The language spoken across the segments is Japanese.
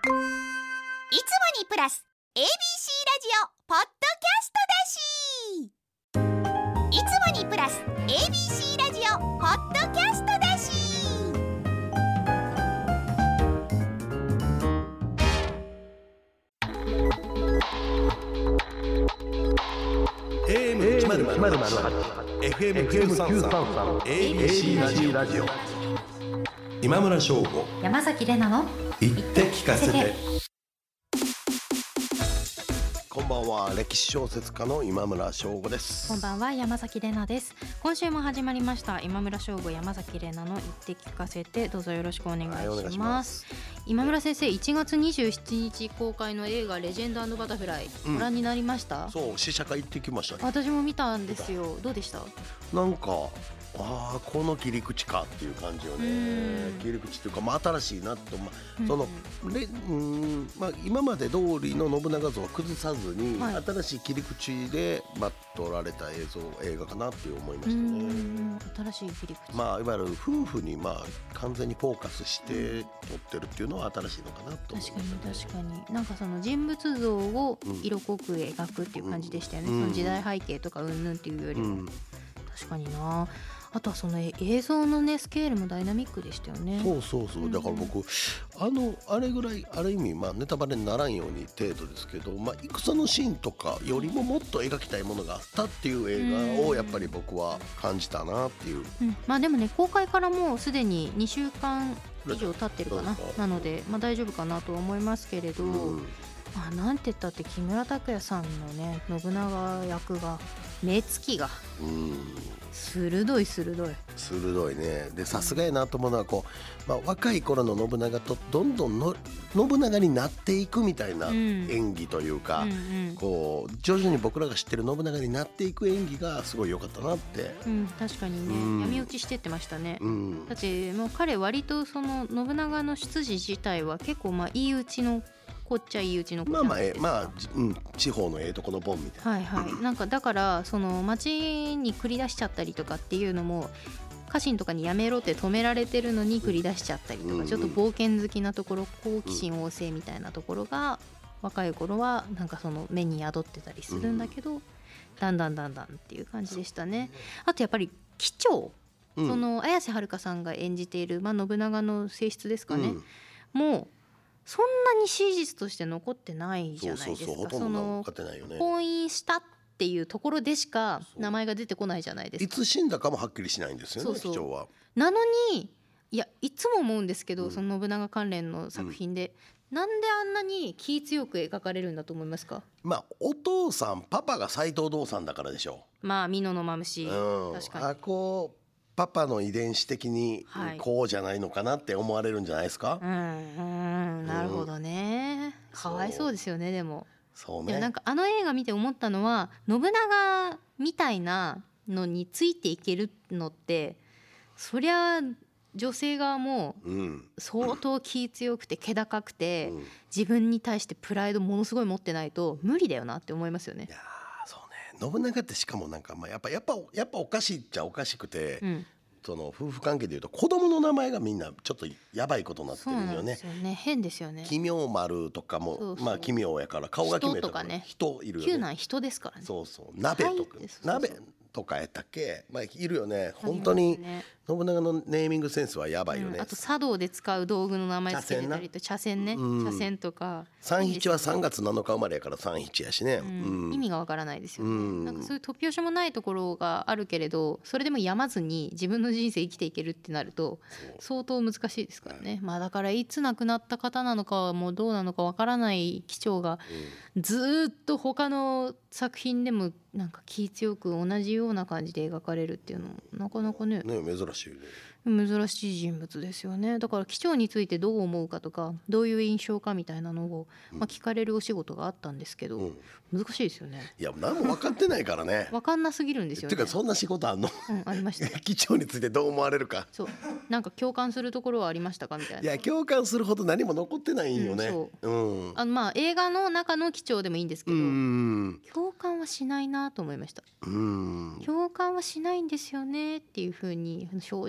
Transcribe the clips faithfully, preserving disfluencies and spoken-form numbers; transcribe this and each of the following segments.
いつもにプラス エービーシー ラジオポッドキャストだし、いつもにプラス エービーシー ラジオポッドキャストだし。 エーエムいちまるまるはち エフエムきゅうさんさん エービーシー ラジオ。今村翔吾、 山崎怜奈の言って聞かせて。こんばんは、歴史小説家の今村翔吾です。 こんばんは、山崎怜奈です。今週も始まりました今村翔吾、山崎怜奈の言って聞かせて、どうぞよろしくお願いします、はい、お願いします。今村先生、いちがつにじゅうしちにち公開の映画レジェンド&バタフライ、うん、ご覧になりました？ そう、試写会行ってきましたね。 私も見たんですよ。どうでした？ なんかああ、この切り口かっていう感じよね。切り口というか、まあ、新しいなと、まあそのレうんまあ、今まで通りの信長像は崩さずに、はい、新しい切り口で、まあ、撮られた映像映画かなって思いましたね。 新しい切り口、 まあ、いわゆる夫婦に、まあ、完全にフォーカスして撮ってるっていうのは新しいのかなと思いましたね。 確かに確かに、なんかその人物像を色濃く描くっていう感じでしたよね、うん、その時代背景とかうんぬんっていうよりも、うん、確かにな。あとはその映像のねスケールもダイナミックでしたよね。 そうそうそう、だから僕、うん、あのあれぐらいある意味、まあ、ネタバレにならんように程度ですけど、まあ、戦のシーンとかよりももっと描きたいものがあったっていう映画をやっぱり僕は感じたなっていう、 うん、まあでもね、公開からもうすでににしゅうかん以上経ってるかな。なので、まあ、大丈夫かなと思いますけれど、うん、まあ、なんて言ったって木村拓哉さんのね信長役が目つきが、うん、鋭い鋭い鋭いね。でさすがやなと思うのはこう、まあ、若い頃の信長とどんどんの信長になっていくみたいな演技というか、うんうんうん、こう徐々に僕らが知ってる信長になっていく演技がすごい良かったなって、 うん、確かにね、うん、闇落ちしてってましたね、うん、だってもう彼割とその信長の出自自体は結構まあ言い打ちのこっちゃいいうちの子じゃないですか。 まあまあ、うん、地方のええとこのボンみたいな、 はいはい、なんかだからその町に繰り出しちゃったりとかっていうのも家臣とかにやめろって止められてるのに繰り出しちゃったりとか、うん、ちょっと冒険好きなところ、好奇心旺盛みたいなところが若い頃はなんかその目に宿ってたりするんだけど、うん、だんだんだんだんっていう感じでしたね。あとやっぱり機長、うん、その綾瀬はるかさんが演じている、まあ、信長の性質ですかね、うん、もうそんなに史実として残ってないじゃないですか。 そうそうそう、ほとんど残ってないよね。 婚姻したっていうところでしか名前が出てこないじゃないですか。 いつ死んだかもはっきりしないんですよね。そうそう、機長は。 なのにいやいつも思うんですけど、うん、その信長関連の作品で、うん、なんであんなに気強く描かれるんだと思いますか？ まあお父さんパパが斎藤道三だからでしょう。 まあ美濃のマムシ、うん、確かに。 あこうパパの遺伝子的にこうじゃないのかなって思われるんじゃないですか、はい、うんうん、なるほどね、うん、かわいそうですよね。でもそうね、 でもなんかあの映画見て思ったのは、信長みたいなのについていけるのってそりゃ女性側も相当気強くて気高くて、うん、自分に対してプライドものすごい持ってないと無理だよなって思いますよね。 いやそうね、信長ってしかもなんか、まあ、やっぱやっぱやっぱおかしいっちゃおかしくて、うん、その夫婦関係でいうと子供の名前がみんなちょっとやばいことになってるんよね。そうなんですよね、 変ですよね。 奇妙丸とかも、そうそう、まあ奇妙やから顔が奇妙とかね、 人いるよね。 九男人ですからね。 そうそう、鍋とか、はい、鍋とかやったっけ、まあ、いるよね。本当に信長のネーミングセンスはやばいよね、 うん、あと茶道で使う道具の名前つけてたりと茶筅ね、うん、茶筅とか。 三七はさんがつなのか生まれやから三七やしね、 うんうん、意味がわからないですよね、うん、なんかそういう突拍子もないところがあるけれど、それでも病まずに自分の人生生きていけるってなると相当難しいですからね、まあ、だからいつ亡くなった方なのかはもうどうなのかわからない機長がずっと他の作品でもなんか気強く同じような感じで描かれるっていうのもなかなか ね, ね珍しいね。 珍しい人物ですよね。だから機長についてどう思うかとかどういう印象かみたいなのを、まあ、聞かれるお仕事があったんですけど、うん、難しいですよね。 いや何も分かってないからね分かんなすぎるんですよね。 てかそんな仕事あんの、 うん、ありました機長についてどう思われるか。そうなんか共感するところはありましたかみたいな。 いや共感するほど何も残ってないんよね、うんそう、うん、 あのまあ映画の中の機長でもいいんですけど、うん共感はしないなと思いました。うん共感はしないんですよねっていう風に正直に言っ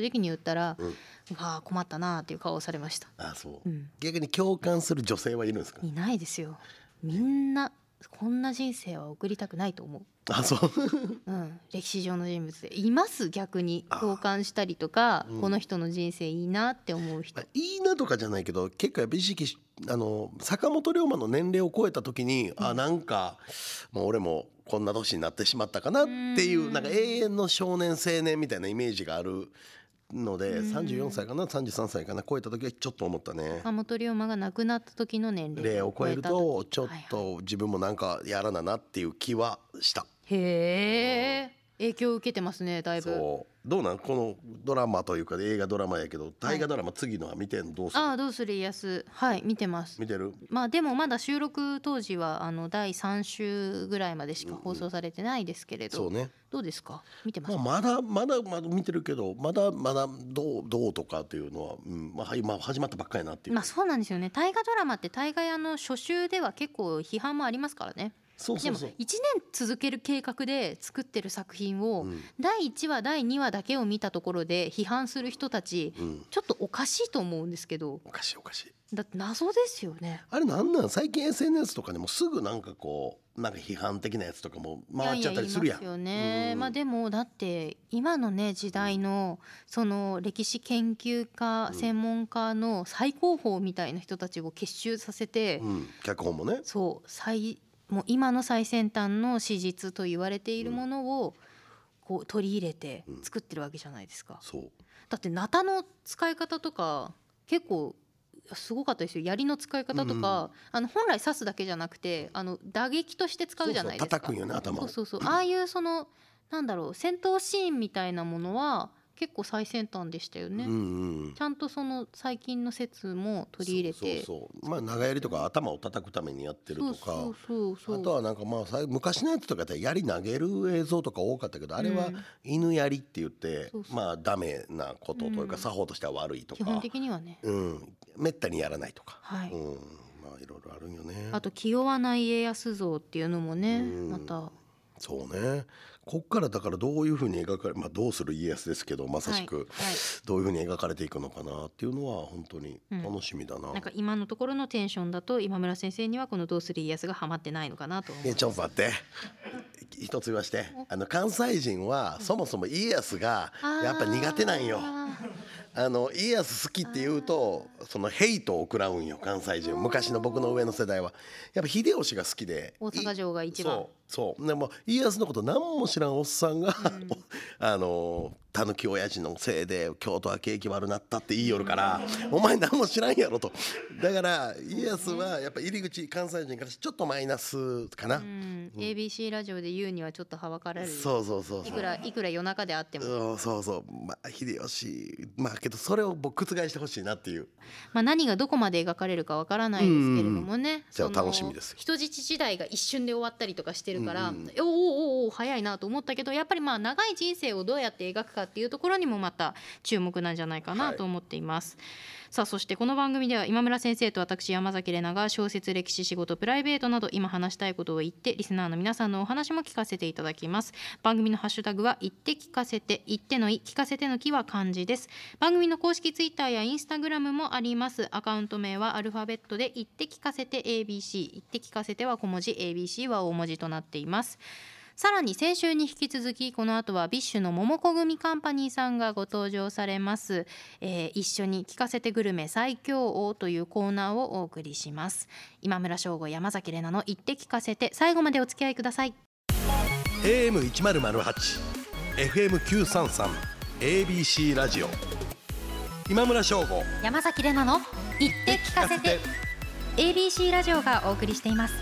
ったら、 うん、 わあ困ったなっていう顔をされました。 あそう、 うん、 逆に共感する女性はいるんですか？ いないですよ。みんなこんな人生は送りたくないと思う。 あそう、 うん、歴史上の人物でいます。逆に共感したりとか、うん、この人の人生いいなって思う人、 いいなとかじゃないけど結構やっぱ意識しあの坂本龍馬の年齢を超えた時に、うん、あなんかもう俺もこんな年になってしまったかなっていう、なんか永遠の少年青年みたいなイメージがあるので、さんじゅうよんさいかなさんじゅうさんさいかな超えた時はちょっと思ったね。 坂本龍馬が亡くなった時の年齢を超えるとちょっと自分もなんかやらななっていう気はした。 へー、影響を受けてますねだいぶ。 そうどうなんこのドラマというか映画ドラマやけど大河ドラマ次のは見てんの？どうする？ ああどうする家康、はい見てます。 見てる？ まあでもまだ収録当時はあのだいさん週ぐらいまでしか放送されてないですけれど、 うんうん、そうね、 どうですか見てますか？ まあ、まだまだまだ見てるけどまだまだどうどうとかっていうのは、うんまあ、今始まったばっかりなっていう。 まあそうなんですよね。大河ドラマって大河屋の初週では結構批判もありますからね。 そうそうそう。 でもいちねん続ける計画で作ってる作品を、 うん、 だいいちわだいにわだけを見たところで批判する人たち、うん、ちょっとおかしいと思うんですけど。 おかしいおかしい。 だって謎ですよね。 あれなんなん最近 エスエヌエス とかでもすぐなんかこうなんか批判的なやつとかも回っちゃったりするやん。 いやいや言いますよね。うん、まあでもだって今のね時代のその歴史研究家、うん、専門家の最高峰みたいな人たちを結集させて、 うん、脚本もねそう最もう今の最先端の史実と言われているものをこう取り入れて作ってるわけじゃないですか。 うん、そうだってナタの使い方とか結構すごかったですよ。槍の使い方とか、うん、あの本来刺すだけじゃなくてあの打撃として使うじゃないですか。 そうそう叩くんよね頭を。 そうそうそうああいうそのなんだろう戦闘シーンみたいなものは結構最先端でしたよね。うんうん、ちゃんとその最近の説も取り入れて、 そうそうそう、まあ、長槍とか頭を叩くためにやってるとか、 そうそうそうそう、 あとはなんかまあ昔のやつとかで槍投げる映像とか多かったけど、あれは犬槍って言って、うん、まあダメなことというか、うん、作法としては悪いとか基本的にはね、 うん、めったにやらないとか、 はい、 うん、まあいろいろあるんよね。 あと気弱な家康像っていうのもね、 うん、 またそうね、こっからだからどういうふうに描かれ、まあ、どうする家康ですけどまさしく、はいはい、どういうふうに描かれていくのかなっていうのは本当に楽しみだな、 うん、なんか今のところのテンションだと今村先生にはこのどうする家康がハマってないのかなと思う。 いやちょっと待って一つ言わして、あの関西人はそもそも家康がやっぱ苦手なんよ。あの家康好きって言うとそのヘイトを食らうんよ関西人。昔の僕の上の世代はやっぱ秀吉が好きで、 大阪城が一番。 そうそうでも家康のこと何も知らんおっさんが、うん、あのたぬき親父のせいで京都は景気悪なったって言いよるから、うん、お前何も知らんやろと。だから家康はやっぱ入り口関西人からちょっとマイナスかな、うんうん、エービーシー ラジオで言うにはちょっとはばかられる。 そうそうそうそう、 いくらいくら夜中であっても、 そうそうそう、まあ、秀吉まあけどそれを僕覆してほしいなっていう、 まあ、何がどこまで描かれるかわからないですけれどもね、 じゃあ楽しみです。 人質時代が一瞬で終わったりとかしてるから、うんうん、おーおーおー早いなと思ったけど、やっぱりまあ長い人生をどうやって描くかっていうところにもまた注目なんじゃないかなと思っています、はい。さあそしてこの番組では今村先生と私山崎怜奈が小説、歴史、仕事、プライベートなど今話したいことを言ってリスナーの皆さんのお話も聞かせていただきます。番組のハッシュタグは言って聞かせて、言ってのい、聞かせてのきは漢字です。番組の公式ツイッターやインスタグラムもあります。アカウント名はアルファベットで言って聞かせて エービーシー、 言って聞かせては小文字、 エービーシー は大文字となっています。さらに先週に引き続きこの後はビッシュの桃子組カンパニーさんがご登場されます、えー、一緒に聞かせてグルメ最強王というコーナーをお送りします。今村翔吾、山崎怜奈の言って聞かせて、最後までお付き合いください。 エーエムせんはち エフエムきゅうさんさん エービーシー ラジオ今村翔吾、 山崎怜奈の言って聞かせてエービーシー ラジオがお送りしています。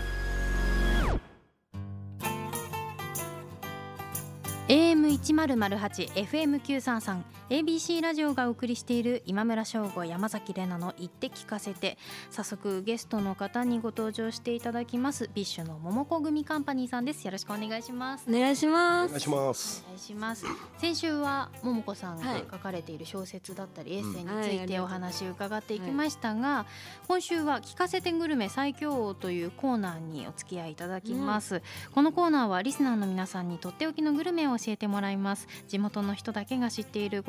エーエムせんはち エフエムきゅうさんさん エービーシー ラジオがお送りしている今村翔吾、山崎怜奈の言って聞かせて、早速ゲストの方にご登場していただきます。ビッシュの桃子組カンパニーさんです。よろしくお願いします。 お願いします。 お願いします。 お願いします。先週は桃子さんが書かれている小説だったり、はい、エッセイについてお話を伺っていきましたが、はい、今週は聞かせてグルメ最強王というコーナーにお付き合いいただきます、うん、このコーナーはリスナーの皆さんにとっておきのグルメを教えてもらいます。地元の人だけが知っているご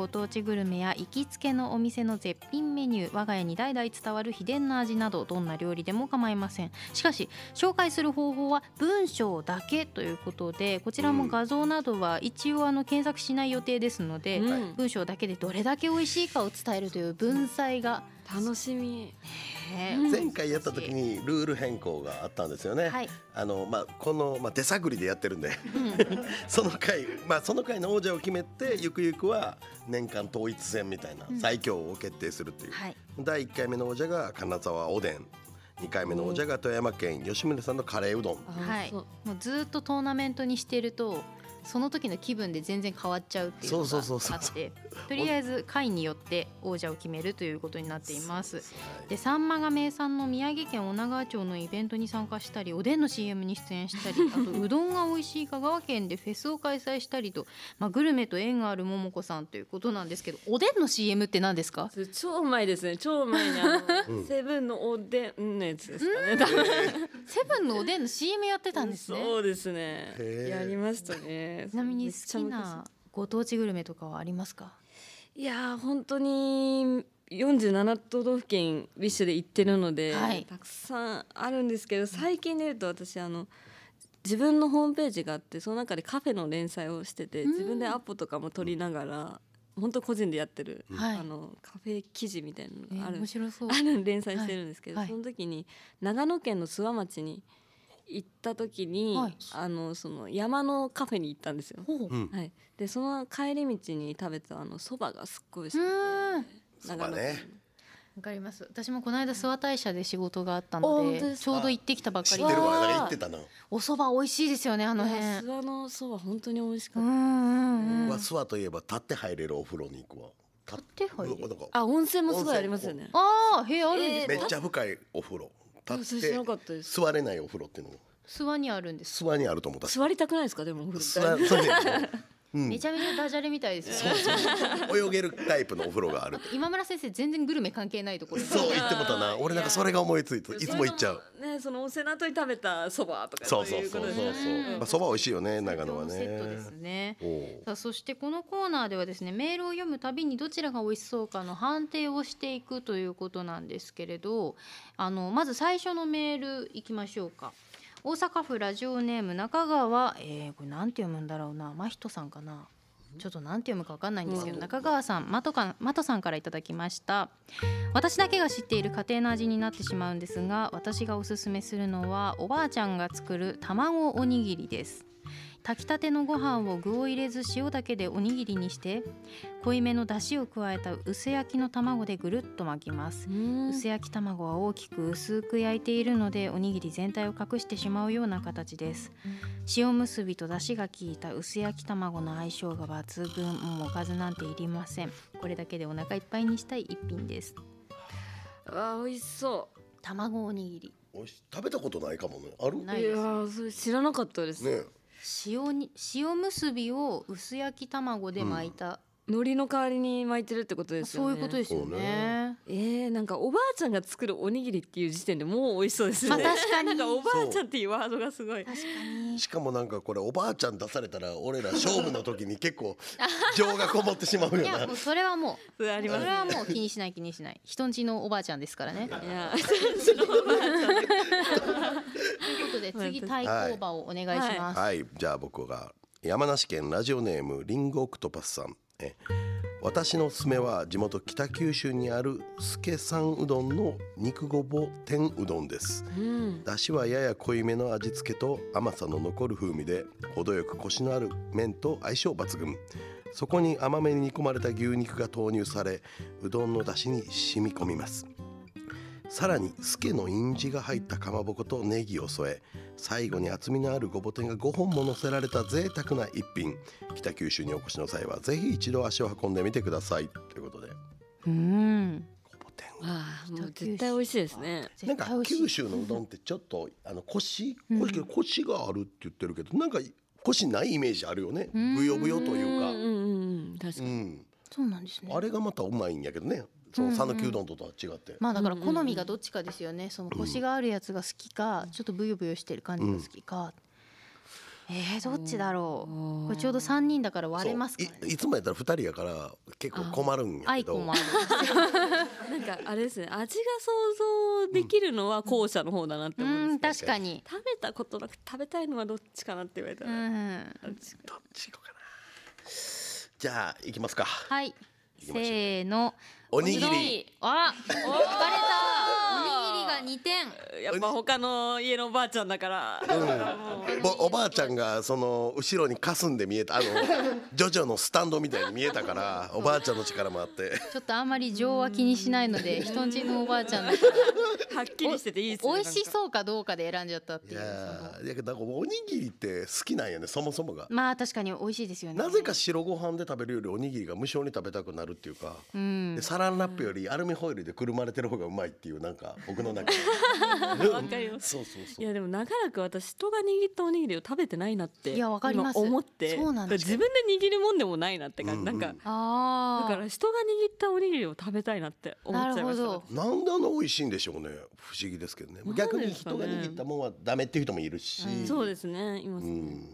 ご当地グルメや行きつけのお店の絶品メニュー、我が家に代々伝わる秘伝の味など、どんな料理でも構いません。しかし紹介する方法は文章だけということで、こちらも画像などは一応あの検索しない予定ですので、 うん、 文章だけでどれだけ美味しいかを伝えるという文才が楽しみ。 前回やった時にルール変更があったんですよね、 はい、 あのまあ、この、まあ、手探りでやってるんでその回、まあ、その回の王者を決めてゆくゆくは年間統一戦みたいな最強を決定するっていう、 はい、 だいいっかいめの王者が金沢おでん、にかいめの王者が富山県吉宗さんのカレーうどん、 はい、もうずっとトーナメントにしてるとその時の気分で全然変わっちゃうっていうのがあって、とりあえず回によって王者を決めるということになっています。で、サンマが名産の宮城県女川町のイベントに参加したり、おでんの シーエム に出演したり、あとうどんが美味しい香川県でフェスを開催したりと、まあ、グルメと縁がある桃子さんということなんですけど、おでんの シーエム って何ですか？ 超前ですね。超前にあのセブンのおでんのやつですかね。 セブンのおでんの シーエム やってたんですね。 そうですね。やりましたね。 ちなみに好きなご当地グルメとかはありますか？ いや本当によんじゅうなな都道府県ウィッシュで行ってるので、はい、たくさんあるんですけど、最近で言うと私あの自分のホームページがあって、その中でカフェの連載をしてて、自分でアポとかも取りながら本当個人でやってる、はい、あのカフェ記事みたいなのがある、 えー、面白そう。 ある連載してるんですけど、 はい、 その時に長野県の諏訪町に行った時に、はい、あのその山のカフェに行ったんですよ、うんはい、でその帰り道に食べたあのそばがすっごい好きで、 長野県わかります。私もこの間諏訪大社で仕事があったのでちょうど行ってきたばっかりで、 知ってるわ、なんか行ってたな。 お蕎麦美味しいですよね、あの辺。 諏訪の蕎麦本当に美味しかった。 うんうんうん、 諏訪といえば立って入れるお風呂に行くわ。 立って入れる、 あ、温泉もすごいありますよね。 ああ、部屋あるんですか？ めっちゃ深いお風呂、立って知らなかったです。 座れないお風呂っていうの諏訪にあるんです。 諏訪にあると思った。 座りたくないですか？でもお風呂うん、 めちゃめちゃダジャレみたいですよね。 そうそうそう泳げるタイプのお風呂がある。 今村先生全然グルメ関係ないところ。 そう言ってもたな。俺なんかそれが思いついていつも行っちゃう。 ね、その温泉の後に食べたそばとかそうそうそうそうそう。まあそば美味しいよね、長野はね。 セットですね。さあ、そしてこのコーナーではですね、メールを読むたびにどちらが美味しそうかの判定をしていくということなんですけれど、あのまず最初のメールいきましょうか。大阪府ラジオネーム中川、えー、これなんて読むんだろうな、真人さんかな、ちょっとなんて読むか分かんないんですけど、中川さん、マトかマトさんからいただきました。私だけが知っている家庭の味になってしまうんですが、私がおすすめするのはおばあちゃんが作る卵おにぎりです。炊きたてのご飯を具を入れず塩だけでおにぎりにして、濃いめの出汁を加えた薄焼きの卵でぐるっと巻きます。薄焼き卵は大きく薄く焼いているのでおにぎり全体を隠してしまうような形です。塩結びと出汁が効いた薄焼き卵の相性が抜群、もうおかずなんていりません。これだけでお腹いっぱいにしたい一品です。 わあ、美味しそう。 卵おにぎり食べたことないかもね。ある？ ないです。 いや、それ知らなかったですね。 塩に塩結びを薄焼き卵で巻いた、 うん、海苔の代わりに巻いてるってことですよね。 そういうことですよね。 えー、なんかおばあちゃんが作るおにぎりっていう時点でもう美味しそうですよね。 まあ、確かになんかおばあちゃんっていうワードがすごい。 確かに。 しかもなんかこれおばあちゃん出されたら俺ら勝負の時に結構情がこもってしまうよな。いやもうそれはもうそれあります、ね、 それはもう気にしない気にしない。人んちのおばあちゃんですからね。 いや人んちのおばあちゃん。ということで次対抗馬をお願いします。 はい、はい、じゃあ僕が山梨県ラジオネームリンゴオクトパスさん。え私のおすすめは地元北九州にある助さんうどんの肉ごぼ天うどんです、うん、だしはやや濃いめの味付けと甘さの残る風味で程よくコシのある麺と相性抜群。そこに甘めに煮込まれた牛肉が投入され、うどんのだしに染み込みます。さらに助の印字が入ったかまぼことネギを添え、最後に厚みのあるごぼ天がごほんも乗せられた贅沢な一品。北九州にお越しの際はぜひ一度足を運んでみてくださいということで。 うーん、 ごぼ天ああ、もう絶対美味しいですね。 なんか九州のうどんってちょっとあのコシコシがあるって言ってるけど、なんかコシないイメージあるよね。ぶよぶよというか。 うんうんうん、確かに、うん、 そうなんですね。 あれがまたうまいんやけどね。その讃岐うどんとは違って、 まあだから好みがどっちかですよね。そのコシがあるやつが好きか、ちょっとブヨブヨしてる感じが好きか、 えー、どっちだろう。これちょうどさんにんだから割れますかね。 い, いつもやったらふたりやから結構困るんやけど、 アイコンもあるなんかあれですね、味が想像できるのは後者の方だなって思うんですけど、 うん、確かに食べたことなく食べたいのはどっちかなって言われたら、 うん、 どっち行こうかな。じゃあ行きますか。 はいせ行きましょうーのおにぎり。 あバレたおにぎりがにてん。 やっぱ他の家のおばあちゃんだから、 うん、ぼおばあちゃんがその後ろにかすんで見えた、あのジョジョのスタンドみたいに見えたからおばあちゃんの力もあってちょっとあんまり情は気にしないので人んちのおばあちゃんだからはっきりしてていいですね。 美味しそうかどうかで選んじゃったっていう。 いやーいやなんかおにぎりって好きなんよね、そもそもが。 まあ確かに美味しいですよね。 なぜか白ご飯で食べるよりおにぎりが無性に食べたくなるっていうか、 うん、 でサランラップよりアルミホイルでくるまれてる方がうまいっていう、なんか僕の中でわかります。 そうそうそう。 いやでも長らく私人が握ったおにぎりを食べてないなっていやわかります今思って、 そうなんです自分で握るもんでもないなって感じ、 うんうん、 なんかあだから人が握ったおにぎりを食べたいなって思っちゃいました。 なるほど。 なんであの美味しいんでしょうね、不思議ですけどね。 なん逆にですかね人が握ったもんはダメっていう人もいるし、 うんそうですね今、 うん、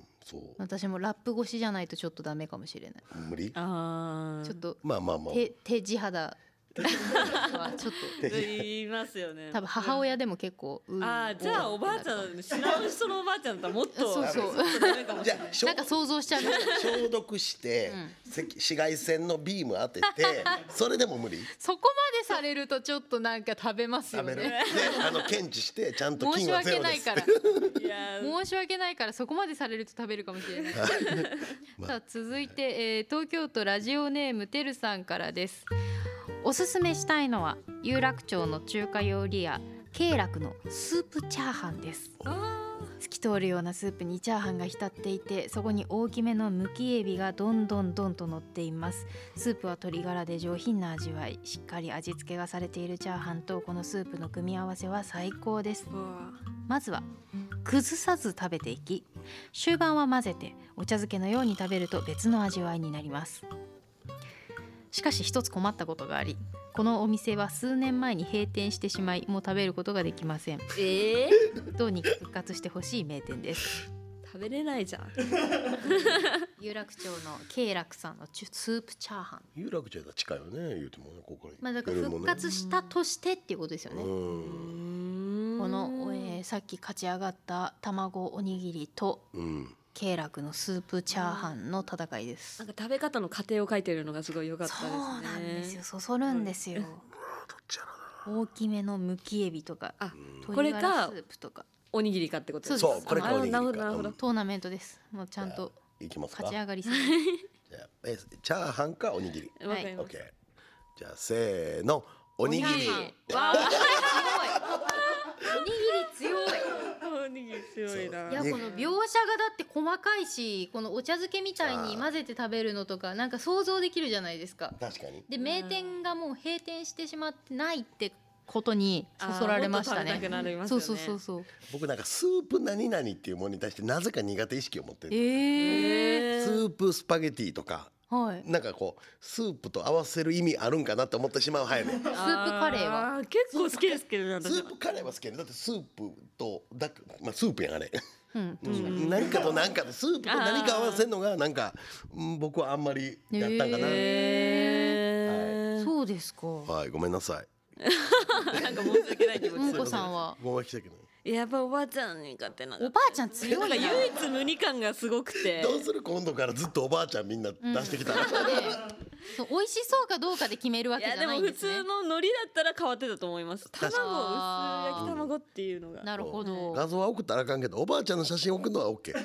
そう私もラップ越しじゃないとちょっとダメかもしれない。 無理。 あちょっとまあまあまあ手手地肌はちょっと言いますよね。 多分母親でも結構、うん、 ああじゃあおばあちゃん知らん人のおばあちゃんだったらもっとそうそうじゃあなんか想像しちゃう消毒して、うん、紫外線のビーム当ててそれでも無理。 そこまでされるとちょっとなんか食べますよね。 食べるであの検知してちゃんと菌はゼロです申し訳ないからいや申し訳ないからそこまでされると食べるかもしれないまあ、 さあ続いて、えー、東京都ラジオネームてるさんからです。おすすめしたいのは有楽町の中華料理屋慶楽のスープチャーハンです。透き通るようなスープにチャーハンが浸っていて、そこに大きめのむきエビがどんどんどんと乗っています。スープは鶏ガラで上品な味わい、しっかり味付けがされているチャーハンとこのスープの組み合わせは最高です。まずは崩さず食べていき、終盤は混ぜてお茶漬けのように食べると別の味わいになります。しかし一つ困ったことがあり、このお店は数年前に閉店してしまい、もう食べることができません。 えー、 どうにか復活してほしい名店です。 食べれないじゃん有楽町の慶楽さんのスープチャーハン。 有楽町が近いよね、言うてもね、ここに。 まあだから復活したとしてっていうことですよね。この、えー、さっき勝ち上がった卵おにぎりと、うん慶楽のスープチャーハンの戦いです。 なんか食べ方の過程を書いてるのがすごい良かったですね。 そうなんですよ、そそるんですよ、うん、大きめのむきエビとか、 あ、 鶏ガラスープとかおにぎりかってことです。 そう、これかおにぎりか。 なるほどなるほど。 トーナメントです。もうちゃんと勝ち上がりするじゃあえチャーハンかおにぎり。 わかります。 オッケー。じゃあせーの、おにぎり。 わあ、強い。おにぎり強い。 おにぎり強いな。 いや、この描写がだって細かいし、このお茶漬けみたいに混ぜて食べるのとかなんか想像できるじゃないですか。 確かに。 で名店がもう閉店してしまってないってことにそそられましたね。そうそうそうそう。 僕なんかスープ何々っていうものに対してなぜか苦手意識を持ってる。 えー、 スープスパゲティとか。はい、なんかこうスープと合わせる意味あるんかなって思ってしまう早ね。 スープカレーは結構好きですけど、 スープカレーは好きやね。だってスープとだ、まあ、スープやんあれ、 うん、 うん、何かと何かでスープと何か合わせるのがなんか、うん、僕はあんまりやったんかな、 えーはい、そうですか。 はい、ごめんなさいなんか申し訳ない気持ち。 もこさんはごめんなさい。 やっぱおばあちゃん苦手な。 おばあちゃん強いな。 唯一無二感がすごくて。 どうする今度からずっとおばあちゃんみんな出してきたら、うん、 そう美味しそうかどうかで決めるわけじゃないんですね。 いやでも普通の海苔だったら変わってたと思います。卵、薄焼き卵っていうのが、 うん、なるほど。 画像は送ったらあかんけどおばあちゃんの写真送るのは OK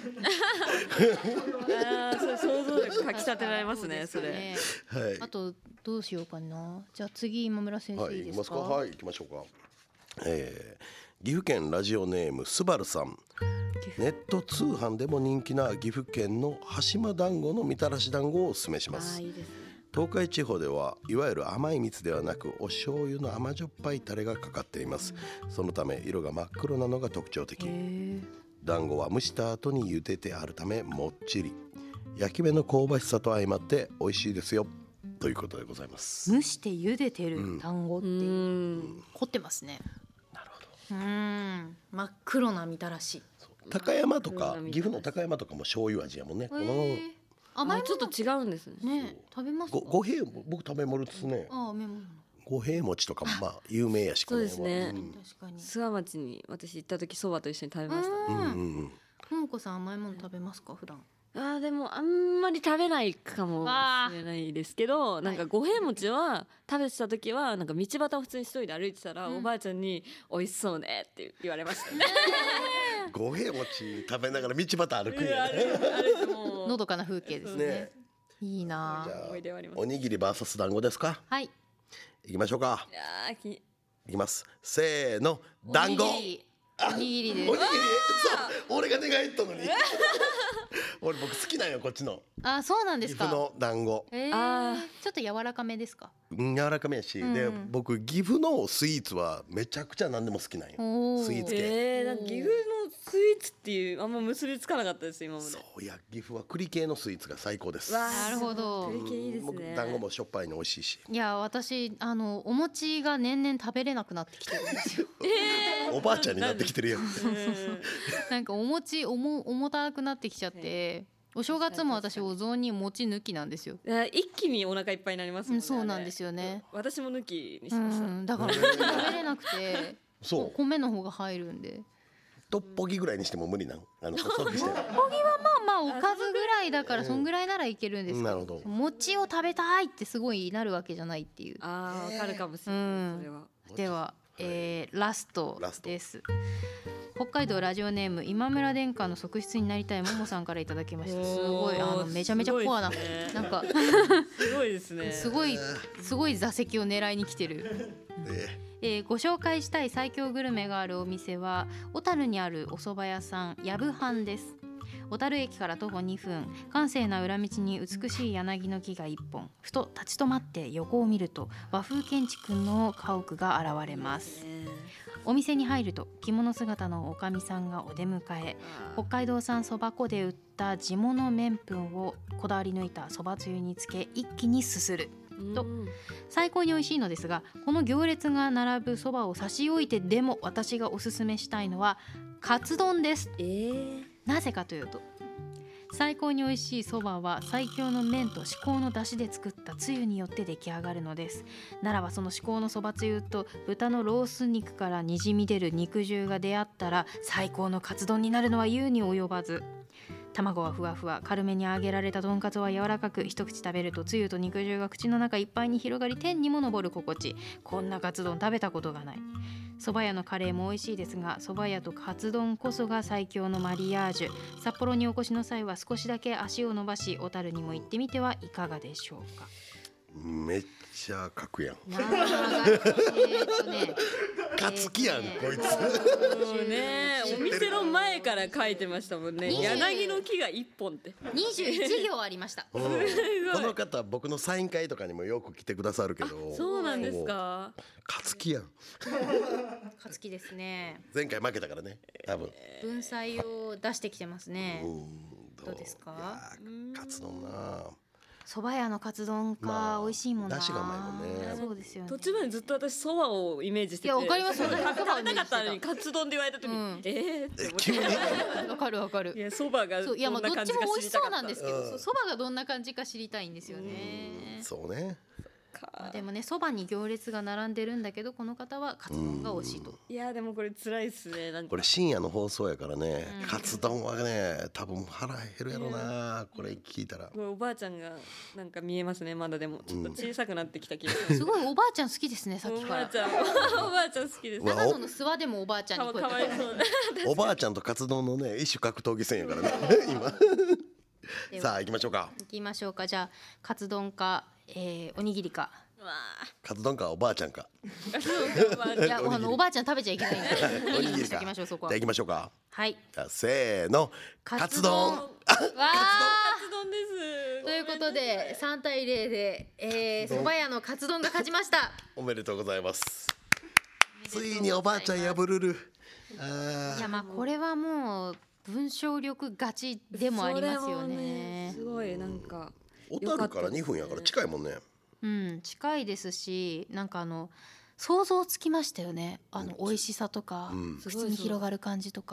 ああ、それ想像力かきたてられますね、それ、ね、 はい、 あとどうしようかな。じゃあ次今村先生いいですか。 はい、はい、行きましょうか。えー、岐阜県ラジオネームすばるさん。ネット通販でも人気な岐阜県の羽島団子のみたらし団子をおすすめします。 あ、いいですね。 東海地方ではいわゆる甘い蜜ではなくお醤油の甘じょっぱいタレがかかっています。そのため色が真っ黒なのが特徴的。団子は蒸した後に茹でてあるためもっちり、焼き目の香ばしさと相まって美味しいですよということでございます。 蒸して茹でてる団子っていう、うん、凝ってますね。 なるほど。 うん、真っ黒なみたらし。 高山とか岐阜の高山とかも醤油味やもんね。この甘いちょっと違うんですね。 ね食べますか。 ご五平僕食べ物ですね。 ああメモ。 五平餅とかもまあ有名やし。 そうですね。 確かに。 諏訪町に私行った時そばと一緒に食べました。 うんうんうん。ももこさん甘いもの食べますか普段。 あでもあんまり食べないかもしれないですけど、なんか五平餅は食べてた時はなんか道端を普通に一人で歩いてたら、うん、おばあちゃんに美味しそうねって言われましたね。 五平餅食べながら道端歩くんやね。 のどかな風景ですね。ねいいな。 じゃあおにぎり ブイエス 団子ですか。 はい。 行きましょうか。 いやきいきます。せーの団子。 おにぎりです。 おにぎり。そう俺が願いったのに。俺僕好きなんよこっちの。 あそうなんですか。 岐阜の団子。 えー、あちょっと柔らかめですか。 柔らかめやし、うん、で僕岐阜のスイーツはめちゃくちゃ何でも好きなんよ。スイーツ系。 えー、なんか岐阜のスイーツっていうあんま結びつかなかったです今まで。 そういや岐阜は栗系のスイーツが最高です。 なるほど。 栗系いいですね。 団子もしょっぱいの美味しいし。 いや私あのお餅が年々食べれなくなってきてるんですよ。 えー、おばあちゃんになってきてるよ。 なんかお餅重重たくなってきちゃって。お正月も私お雑煮餅抜きなんですよ。 一気にお腹いっぱいになりますもんね。 そうなんですよね。 私も抜きにしました。うん、 だから食べれなくて、そう米の方が入るんで。 トッポギぐらいにしても無理なん。あのトッポギはまあまあおかずぐらいだからそんぐらいならいけるんですけど。なるほど。餅を食べたいってすごいなるわけじゃないっていう。 ああわかるかもしれない。うん、それは。 では、えー、ラストです。北海道ラジオネーム今村殿下の側室になりたいももさんからいただきました。すごいあのめちゃめちゃコアな、ね、なんかすごいですね。 すごいすごい座席を狙いに来てる。えー、ご紹介したい最強グルメがあるお店は小樽にあるお蕎麦屋さんやぶはんです。小樽駅から徒歩にふん、閑静な裏道に美しい柳の木がいっぽん、ふと立ち止まって横を見ると和風建築の家屋が現れます。お店に入ると着物姿のおかみさんがお出迎え、北海道産そば粉で売った地物麺粉をこだわり抜いたそばつゆにつけ一気にすすると最高に美味しいのですが、この行列が並ぶそばを差し置いてでも私がおすすめしたいのはカツ丼です。えー、なぜかというと最高に美味しいそばは最強の麺と至高の出汁で作ったつゆによって出来上がるのです。ならばその至高のそばつゆと豚のロース肉からにじみ出る肉汁が出会ったら最高のカツ丼になるのは言うに及ばず、卵はふわふわ、軽めに揚げられたとんかつは柔らかく、一口食べるとつゆと肉汁が口の中いっぱいに広がり天にも昇る心地。こんなカツ丼食べたことがない。蕎麦屋のカレーも美味しいですが、蕎麦屋とカツ丼こそが最強のマリアージュ。札幌にお越しの際は少しだけ足を伸ばし小樽にも行ってみてはいかがでしょうか。 めっちゃ書くやん。 えーとねカツキやん、こいつ。 そうね、お店の前から書いてましたもんね。柳の木が一本ってにじゅういちぎょうありました。 この方僕のサイン会とかにもよく来てくださるけど。 そうなんですか。 カツキやん。 カツキですね。 前回負けたからね、多分。 文才を出してきてますね。どうですか。 カツ丼な。 蕎麦屋のカツ丼か、まあ、美味しいもんな。 出汁がうまいもんね。 そうですよね。 途中までずっと私蕎麦をイメージしてて。 いやわかります。 食べたかったのにカツ丼で言われた時に、うん、えーって急にわかるわかる。 いや蕎麦がどんな感じか知りたかった。いやまあどっちも美味しそうなんですけど、蕎麦がどんな感じか知りたいんですよね。 うそうね。 でもね、そばに行列が並んでるんだけどこの方はカツ丼が美味しいと。 いやでもこれ辛いっすね。なんかこれ深夜の放送やからね、うん、カツ丼はね多分腹減るやろな、これ聞いたら。 これおばあちゃんがなんか見えますね。まだでもちょっと小さくなってきた気がする、 うん、すごいおばあちゃん好きですねさっきから。 おばあちゃんおばあちゃん好きです。 長野の諏訪でもおばあちゃんに声かけておばあちゃんとカツ丼のね一種格闘技戦やからね今さあ行きましょうか。 行きましょうか。じゃあカツ丼か、えー、おにぎりか。 カツ丼かおばあちゃんか。 いやあのおばあちゃん食べちゃいけないんでおにぎりしときましょう。そこはじゃあ行きましょうか。 はい。 じゃあせーのカツ丼。わーカツ丼です。 ということでさんたいゼロで、えー、蕎麦屋のカツ丼が勝ちました。 おめでとうございます。ついにおばあちゃん破るる。 あいやまあこれはもう文章力勝ちでもありますよ ね, ねすごいなんか小樽からにふんやから近いもんね。 うん、近いですし、なんかあの想像つきましたよね。あの美味しさとか、うん、口に広がる感じとか。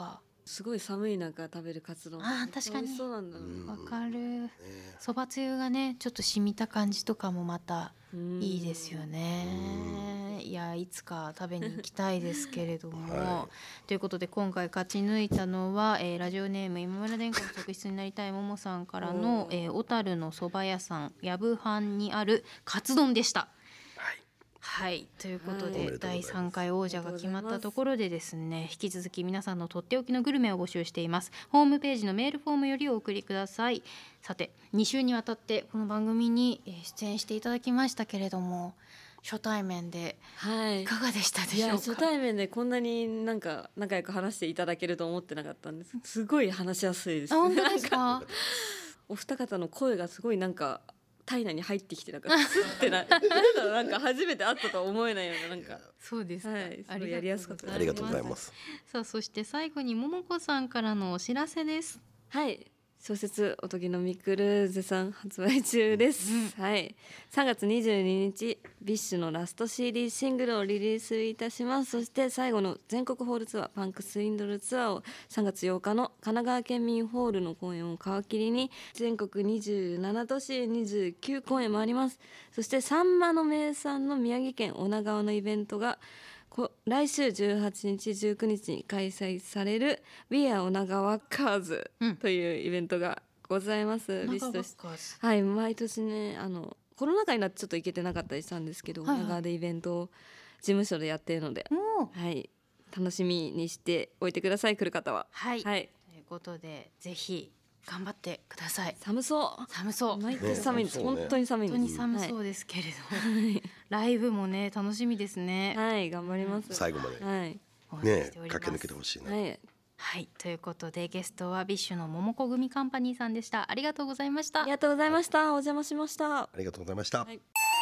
すごい寒い中食べるカツ丼、 あー確かに美味しそうなんだろう。 わかる。そばつゆがねちょっと染みた感じとかもまたいいですよね。いやいつか食べに行きたいですけれども、 はということで今回勝ち抜いたのは、えーラジオネーム今村殿下の側室になりたいももさんからの、えー小樽のそば屋さんやぶはんにあるカツ丼でした。 はいはい、ということはいで、 おめでとうございますだいさんかい王者が決まったところでですね、引き続き皆さんのとっておきのグルメを募集しています。ホームページのメールフォームよりお送りください。さてに週にわたってこの番組にえー出演していただきましたけれども、初対面ではいいかがでしたでいやしょうか。 初対面でこんなになんか仲良く話していただけると思ってなかったんです。すごい話しやすいです。 あ、本当ですなんか。 お二方の声がすごいなんか体内に入ってきてなんかスッてななんだろうなんか初めて会ったとは思えないようななんかそうですか。 はいすごいやりやすかったですありがとうございます。 さあそして最後にももこさんからのお知らせです。 はい小説おとぎのミクル絶賛発売中です、 うんはいさんがつにじゅうににちビッシュのラスト シーディー シングルをリリースいたします。そして最後の全国ホールツアーパンクスインドルツアーをさんがつようかの神奈川県民ホールの公演を皮切りに全国にじゅうななとしにじゅうきゅうこうえんもあります。そしてサンマの名産の宮城県女川のイベントがこ来週じゅうはちにちじゅうくにちに開催される We Are 女川カーズというイベントがございます、 うんビスとしてはい毎年ねあのコロナ禍になってちょっと行けてなかったりしたんですけど、 はいはい女川でイベントを事務所でやっているので、 もうはい、楽しみにしておいてください来る方は。 はい、 はい、 ということでぜひ頑張ってください。 寒そう寒そう。 毎年寒いんです、 ねそうね本当に寒いん本当ですに寒そうですけれど、 はい、 ライブもね楽しみですね。 はい、頑張ります。 最後まではい、 お待ちしねております駆け抜けてほしいな。 はい、 はい、ということでゲストはビッシュの桃子組カンパニーさんでした。ありがとうございましたあり。がとうございました。お邪魔しました。 ありがとうございました。 はい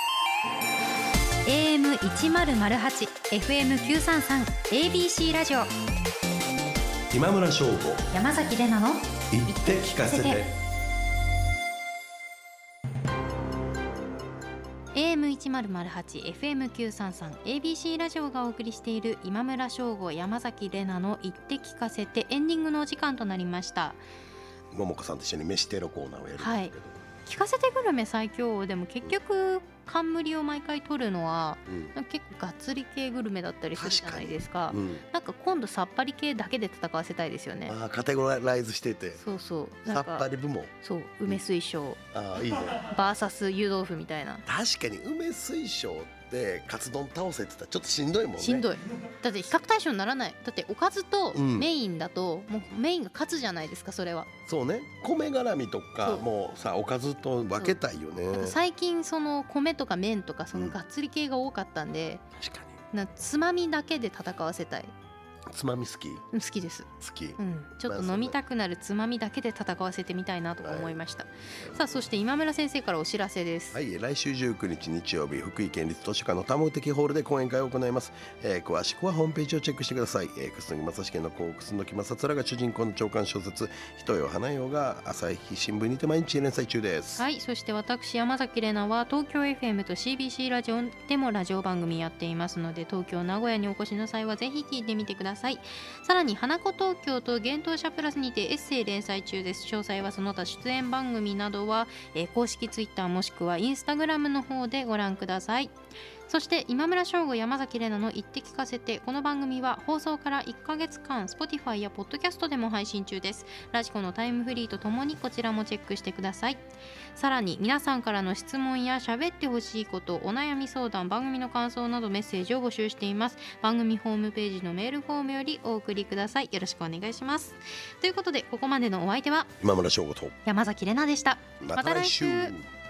エーエムいちまるまるはち エフエムきゅうさんさん エービーシー ラジオ今村翔吾山崎れなの言って聞かせて。 エーエムいちまるまるはち エフエムきゅうさんさん エービーシー ラジオがお送りしている今村翔吾山崎れなの言って聞かせてエンディングのお時間となりました。 ももこさんと一緒に飯テロコーナーをやるんですけど、 はい聞かせてグルメ最強でも結局冠を毎回取るのはうんなんか結構がっつり系グルメだったりするじゃないですか。 うん、 なんか今度さっぱり系だけで戦わせたいですよね。 あーカテゴライズしててそうそうなさっんかぱり部門、 そう梅水晶あーいいね。 バーサス湯豆腐みたいな。 確かに梅水晶ってカツ丼倒せって言ったらちょっとしんどいもんね。 しんどい。だって比較対象にならない。だっておかずとうんメインだと、もうメインがカツじゃないですかそれは。 そうね、米絡みとそうかもうさおかずと分けたいよね。 なんか最近その米とか麺とかそのがっつり系が多かったんで、 確かなつまみだけで戦わせたい。 につまみ好きうん好きです。 好き、 うん、ちょっと飲みたくなるつまみだけで戦わせてみたいなとか思いました、さあそして今村先生からお知らせです、 はい、来週じゅうくにち日曜日福井県立図書館の多目的ホールで講演会を行います、えー詳しくはホームページをチェックしてください、えー、楠木正成の子楠木正虎が主人公の長官小説人よ花よが朝日新聞にて毎日連載中です。 はい、そして私山崎怜奈は東京 エフエム と シービーシー ラジオでもラジオ番組やっていますので東京名古屋にお越しの際はぜひ聞いてみてください。さらに花子東京と幻冬舎プラスにてエッセイ連載中です。詳細はその他出演番組などは、えー公式ツイッターもしくはインスタグラムの方でご覧ください。そして今村翔吾山崎怜奈の言って聞かせて、この番組は放送からいっかげつかん Spotify や Podcast でも配信中です。ラジコのタイムフリーとともにこちらもチェックしてください。さらに皆さんからの質問や喋ってほしいこと、お悩み相談、番組の感想などメッセージを募集しています。番組ホームページのメールフォームよりお送りください。よろしくお願いします。ということでここまでのお相手は今村翔吾と山崎怜奈でした。 また来週。 また来週